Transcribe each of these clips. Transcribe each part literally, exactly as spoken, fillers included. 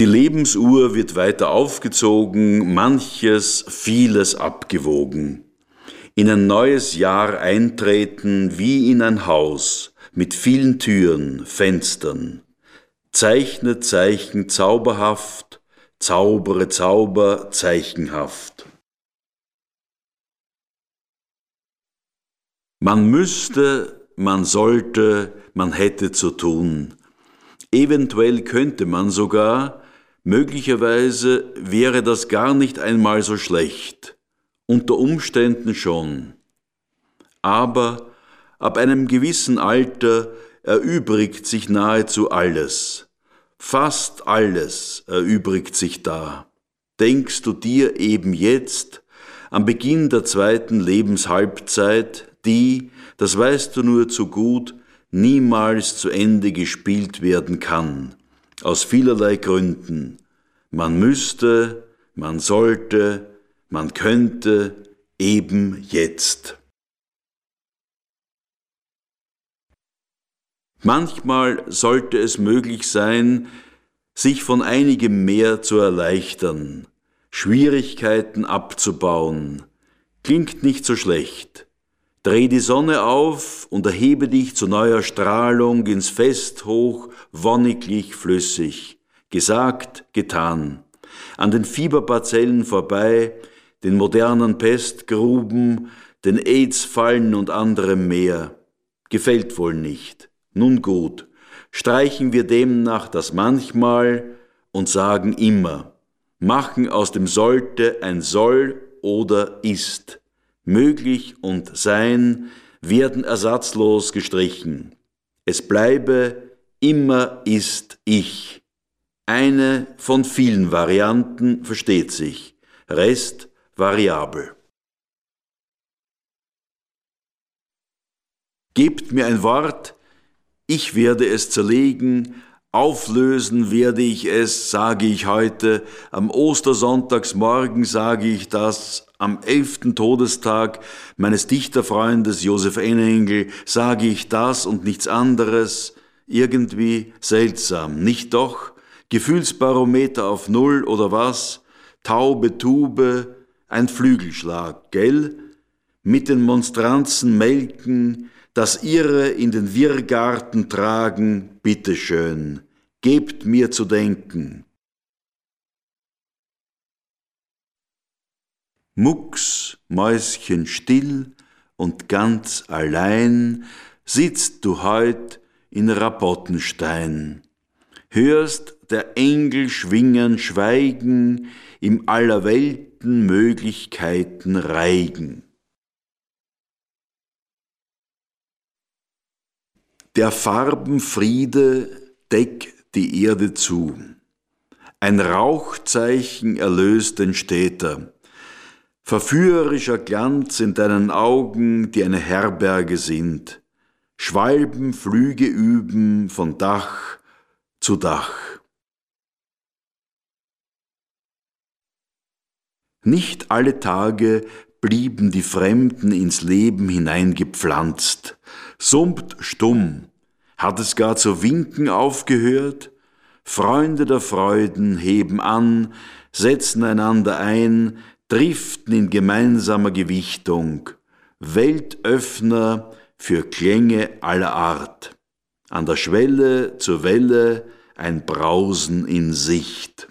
Die Lebensuhr wird weiter aufgezogen, manches, vieles abgewogen. In ein neues Jahr eintreten wie in ein Haus mit vielen Türen, Fenstern. Zeichne Zeichen zauberhaft, zaubere Zauber zeichenhaft. Man müsste, man sollte, man hätte zu tun. Eventuell könnte man sogar, möglicherweise wäre das gar nicht einmal so schlecht, unter Umständen schon. Aber ab einem gewissen Alter erübrigt sich nahezu alles. Fast alles erübrigt sich da. Denkst du dir eben jetzt, am Beginn der zweiten Lebenshalbzeit, die, das weißt du nur zu gut, niemals zu Ende gespielt werden kann, aus vielerlei Gründen. Man müsste, man sollte, man könnte, eben jetzt. Manchmal sollte es möglich sein, sich von einigem mehr zu erleichtern, Schwierigkeiten abzubauen. Klingt nicht so schlecht. Dreh die Sonne auf und erhebe dich zu neuer Strahlung ins Fest hoch, wonniglich flüssig. Gesagt, getan. An den Fieberparzellen vorbei, den modernen Pestgruben, den AIDS-Fallen und anderem mehr. Gefällt wohl nicht. Nun gut, streichen wir demnach das manchmal und sagen immer, machen aus dem sollte ein soll oder ist. Möglich und sein werden ersatzlos gestrichen. Es bleibe immer ist ich. Eine von vielen Varianten versteht sich, Rest variabel. Gebt mir ein Wort, ich werde es zerlegen, auflösen werde ich es, sage ich heute, am Ostersonntagsmorgen sage ich das, am elften Todestag meines Dichterfreundes Josef Enengel sage ich das und nichts anderes, irgendwie seltsam, nicht doch? Gefühlsbarometer auf Null oder was? Taube Tube, ein Flügelschlag, gell? Mit den Monstranzen melken, das Irre in den Wirrgarten tragen, bitteschön, gebt mir zu denken. Mucks, Mäuschen still und ganz allein sitzt du heut in Rabottenstein, hörst der Engel schwingen schweigen, im aller Welten Möglichkeiten reigen. Der Farbenfriede deckt die Erde zu, ein Rauchzeichen erlöst den Städter, verführerischer Glanz in deinen Augen, die eine Herberge sind, Schwalben Flüge üben von Dach zu Dach. Nicht alle Tage blieben die Fremden ins Leben hineingepflanzt, summt stumm, hat es gar zu winken aufgehört? Freunde der Freuden heben an, setzen einander ein, driften in gemeinsamer Gewichtung, Weltöffner für Klänge aller Art. An der Schwelle zur Welle ein Brausen in Sicht.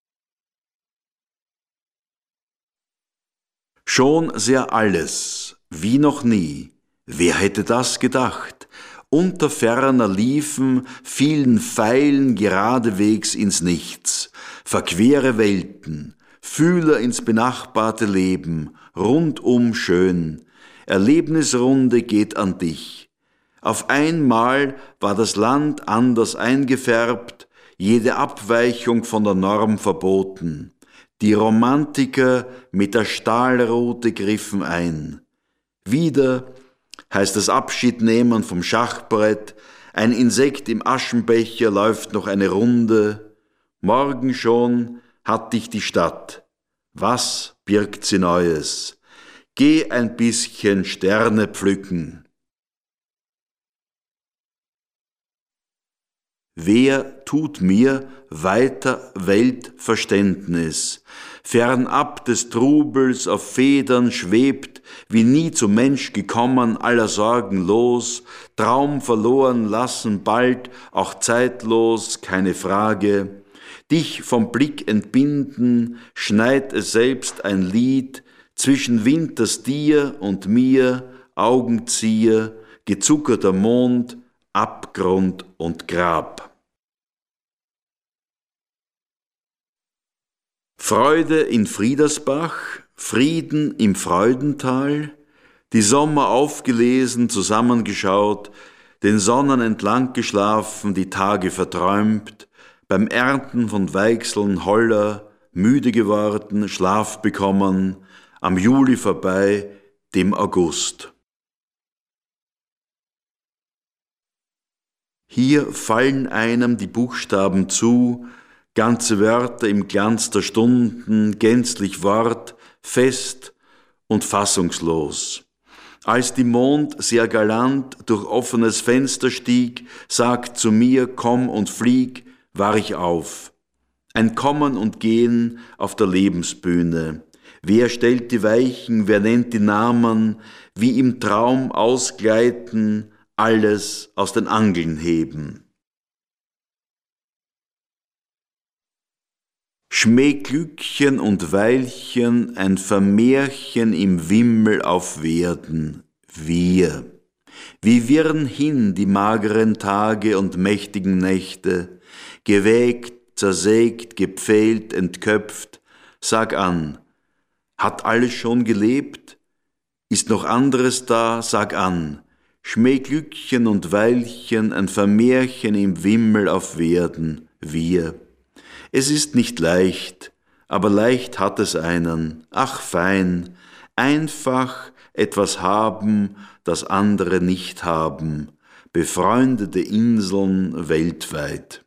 Schon sehr alles, wie noch nie, wer hätte das gedacht? Unter ferner liefen, fielen Pfeilen geradewegs ins Nichts, verquere Welten, Fühler ins benachbarte Leben, rundum schön, Erlebnisrunde geht an dich. Auf einmal war das Land anders eingefärbt, jede Abweichung von der Norm verboten. Die Romantiker mit der Stahlrute griffen ein. Wieder heißt das Abschiednehmen vom Schachbrett, ein Insekt im Aschenbecher läuft noch eine Runde. Morgen schon hat dich die Stadt. Was birgt sie Neues? Geh ein bisschen Sterne pflücken. wer tut mir weiter Weltverständnis? Fernab des Trubels auf Federn schwebt, wie nie zum Mensch gekommen, aller Sorgen los, Traum verloren lassen bald, auch zeitlos, keine Frage. Dich vom Blick entbinden, schneit es selbst ein Lied, zwischen Winters dir und mir, Augenzieher, gezuckerter Mond, Abgrund und Grab. Freude in Friedersbach, Frieden im Freudental, die Sommer aufgelesen, zusammengeschaut, den Sonnen entlang geschlafen, die Tage verträumt, beim Ernten von Weichseln holler, müde geworden, Schlaf bekommen, am Juli vorbei, dem August. Hier fallen einem die Buchstaben zu, ganze Wörter im Glanz der Stunden, gänzlich Wort, fest und fassungslos. Als die Mond sehr galant durch offenes Fenster stieg, sagt zu mir, komm und flieg, war ich auf. Ein Kommen und Gehen auf der Lebensbühne. Wer stellt die Weichen, wer nennt die Namen, wie im Traum ausgleiten, alles aus den Angeln heben. Schmähglückchen und Weilchen, ein Vermehrchen im Wimmel auf Werden, wir. Wie wirren hin die mageren Tage und mächtigen Nächte, gewägt, zersägt, gepfählt, entköpft, sag an, hat alles schon gelebt? Ist noch anderes da? Sag an, Schmähglückchen und Weilchen, ein Vermehrchen im Wimmel auf Werden, wir. Es ist nicht leicht, aber leicht hat es einen, ach fein, einfach etwas haben, das andere nicht haben, befreundete Inseln weltweit.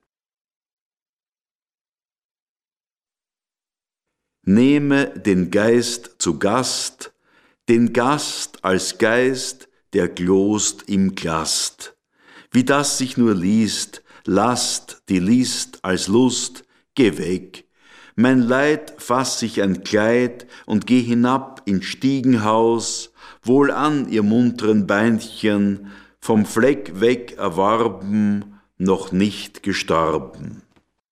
Nehme den Geist zu Gast, den Gast als Geist, der glost im Glast. Wie das sich nur liest, Last, die List als Lust, geh weg. Mein Leid fass ich ein Kleid und geh hinab ins Stiegenhaus, wohlan ihr munteren Beinchen, vom Fleck weg erworben, noch nicht gestorben.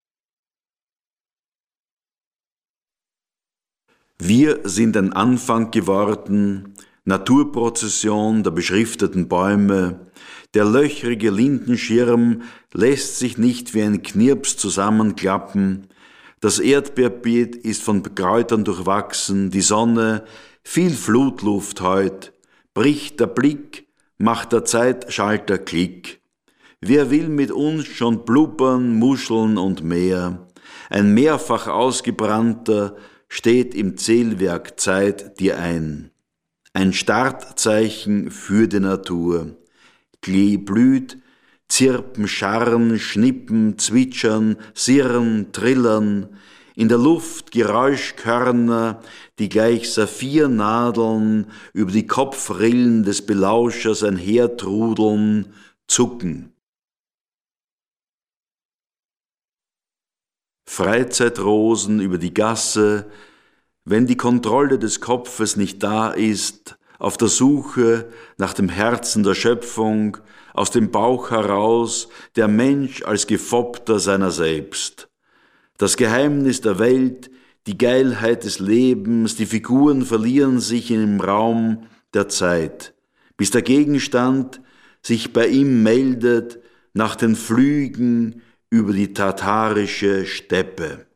Wir sind ein Anfang geworden, Naturprozession der beschrifteten Bäume, der löchrige Lindenschirm lässt sich nicht wie ein Knirps zusammenklappen, das Erdbeerbeet ist von Kräutern durchwachsen, die Sonne, viel Flutluft heut, bricht der Blick, macht der Zeitschalter Klick. Wer will mit uns schon blubbern, Muscheln und Meer? Ein mehrfach ausgebrannter steht im Zählwerk Zeit dir ein. Ein Startzeichen für die Natur. Klee blüht, Zirpen, Scharren, Schnippen, Zwitschern, Sirren, Trillern, in der Luft Geräuschkörner, die gleich Saphirnadeln über die Kopfrillen des Belauschers einhertrudeln, zucken. Freizeitrosen über die Gasse, wenn die Kontrolle des Kopfes nicht da ist, auf der Suche nach dem Herzen der Schöpfung, aus dem Bauch heraus, der Mensch als Gefoppter seiner selbst. Das Geheimnis der Welt, die Geilheit des Lebens, die Figuren verlieren sich im Raum der Zeit, bis der Gegenstand sich bei ihm meldet nach den Flügen über die tatarische Steppe.